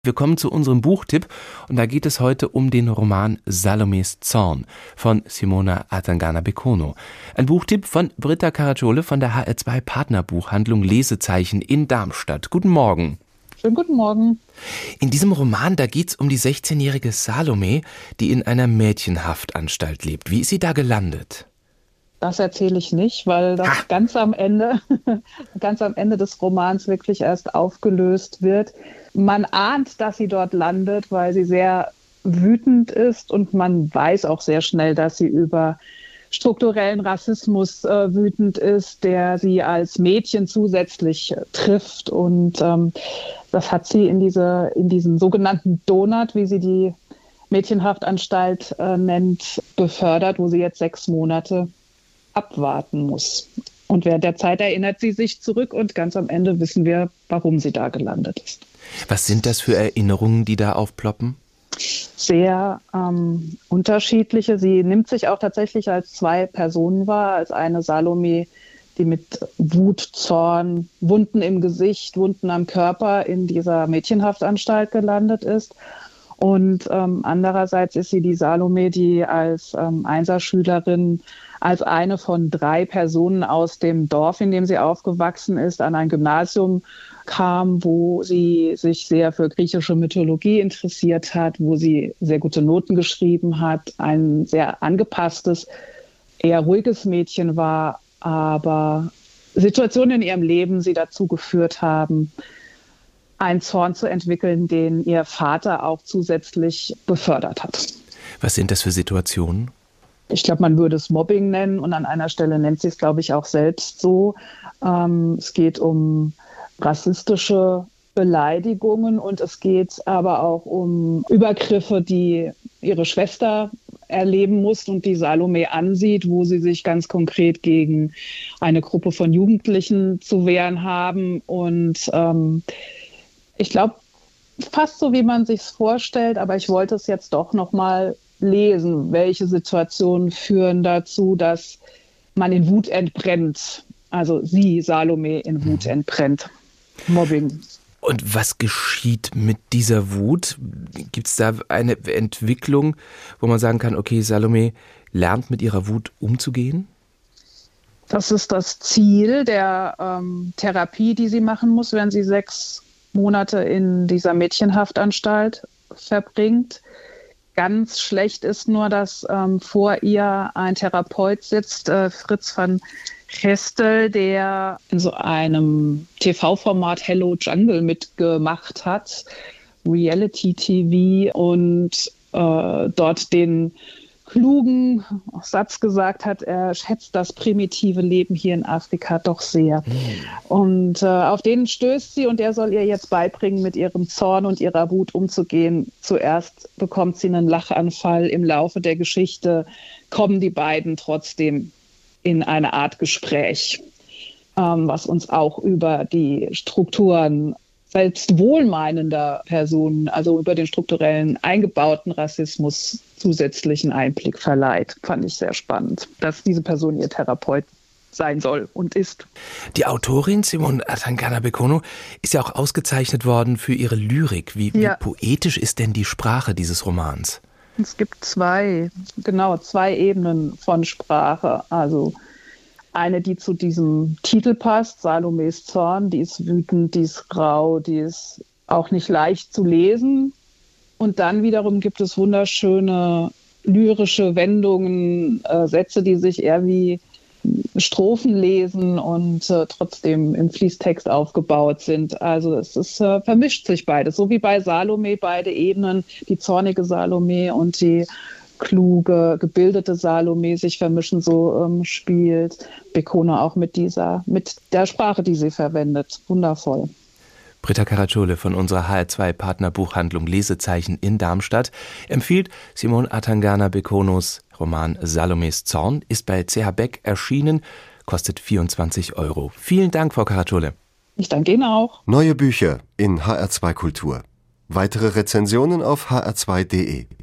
Wir kommen zu unserem Buchtipp und da geht es heute um den Roman Salomes Zorn von Simona Atangana-Bekono. Ein Buchtipp von Britta Caracciole von der HR2 Partnerbuchhandlung Lesezeichen in Darmstadt. Guten Morgen. Schönen guten Morgen. In diesem Roman, da geht es um die 16-jährige Salome, die in einer Mädchenhaftanstalt lebt. Wie ist sie da gelandet? Das erzähle ich nicht, weil das ganz am Ende des Romans wirklich erst aufgelöst wird. Man ahnt, dass sie dort landet, weil sie sehr wütend ist und man weiß auch sehr schnell, dass sie über strukturellen Rassismus wütend ist, der sie als Mädchen zusätzlich trifft. Und das hat sie in diesem sogenannten Donut, wie sie die Mädchenhaftanstalt nennt, befördert, wo sie jetzt 6 Monate abwarten muss. Und während der Zeit erinnert sie sich zurück und ganz am Ende wissen wir, warum sie da gelandet ist. Was sind das für Erinnerungen, die da aufploppen? Sehr unterschiedliche. Sie nimmt sich auch tatsächlich als 2 Personen wahr, als eine Salome, die mit Wut, Zorn, Wunden im Gesicht, Wunden am Körper in dieser Mädchenhaftanstalt gelandet ist. Und andererseits ist sie die Salome, die als Einserschülerin, als eine von 3 Personen aus dem Dorf, in dem sie aufgewachsen ist, an ein Gymnasium kam, wo sie sich sehr für griechische Mythologie interessiert hat, wo sie sehr gute Noten geschrieben hat, ein sehr angepasstes, eher ruhiges Mädchen war, aber Situationen in ihrem Leben sie dazu geführt haben, einen Zorn zu entwickeln, den ihr Vater auch zusätzlich befördert hat. Was sind das für Situationen? Ich glaube, man würde es Mobbing nennen und an einer Stelle nennt sie es, glaube ich, auch selbst so. Es geht um rassistische Beleidigungen und es geht aber auch um Übergriffe, die ihre Schwester erleben muss und die Salome ansieht, wo sie sich ganz konkret gegen eine Gruppe von Jugendlichen zu wehren haben. Und ich glaube, fast so, wie man sich es vorstellt, aber ich wollte es jetzt doch noch mal lesen, welche Situationen führen dazu, dass man in Wut entbrennt. Also sie, Salome, in Wut entbrennt. Mobbing. Und was geschieht mit dieser Wut? Gibt es da eine Entwicklung, wo man sagen kann, okay, Salome lernt mit ihrer Wut umzugehen? Das ist das Ziel der Therapie, die sie machen muss, wenn sie 6 Monate in dieser Mädchenhaftanstalt verbringt. Ganz schlecht ist nur, dass vor ihr ein Therapeut sitzt, Fritz van Gestel, der in so einem TV-Format Hello Jungle mitgemacht hat, Reality-TV, und dort den klugen Satz gesagt hat, er schätzt das primitive Leben hier in Afrika doch sehr. Und auf den stößt sie und er soll ihr jetzt beibringen, mit ihrem Zorn und ihrer Wut umzugehen. Zuerst bekommt sie einen Lachanfall. Im Laufe der Geschichte kommen die beiden trotzdem in eine Art Gespräch, was uns auch über die Strukturen selbst wohlmeinender Personen, also über den strukturellen eingebauten Rassismus zusätzlichen Einblick verleiht. Fand ich sehr spannend, dass diese Person ihr Therapeut sein soll und ist. Die Autorin Simona Atangana-Bekono ist ja auch ausgezeichnet worden für ihre Lyrik. Wie poetisch ist denn die Sprache dieses Romans? Es gibt 2 Ebenen von Sprache. Also eine, die zu diesem Titel passt, Salomes Zorn, die ist wütend, die ist rau, die ist auch nicht leicht zu lesen. Und dann wiederum gibt es wunderschöne lyrische Wendungen, Sätze, die sich eher wie Strophen lesen und trotzdem im Fließtext aufgebaut sind. Also es ist, vermischt sich beides, so wie bei Salome, beide Ebenen, die zornige Salome und die kluge, gebildete Salome sich vermischen, so spielt Bekono auch mit der Sprache, die sie verwendet. Wundervoll. Britta Caracciole von unserer HR2 Partnerbuchhandlung Lesezeichen in Darmstadt empfiehlt Simona Atangana-Bekonos Roman Salomes Zorn, ist bei CH Beck erschienen, kostet 24 €. Vielen Dank, Frau Caracciole. Ich danke Ihnen auch. Neue Bücher in HR2 Kultur. Weitere Rezensionen auf hr2.de.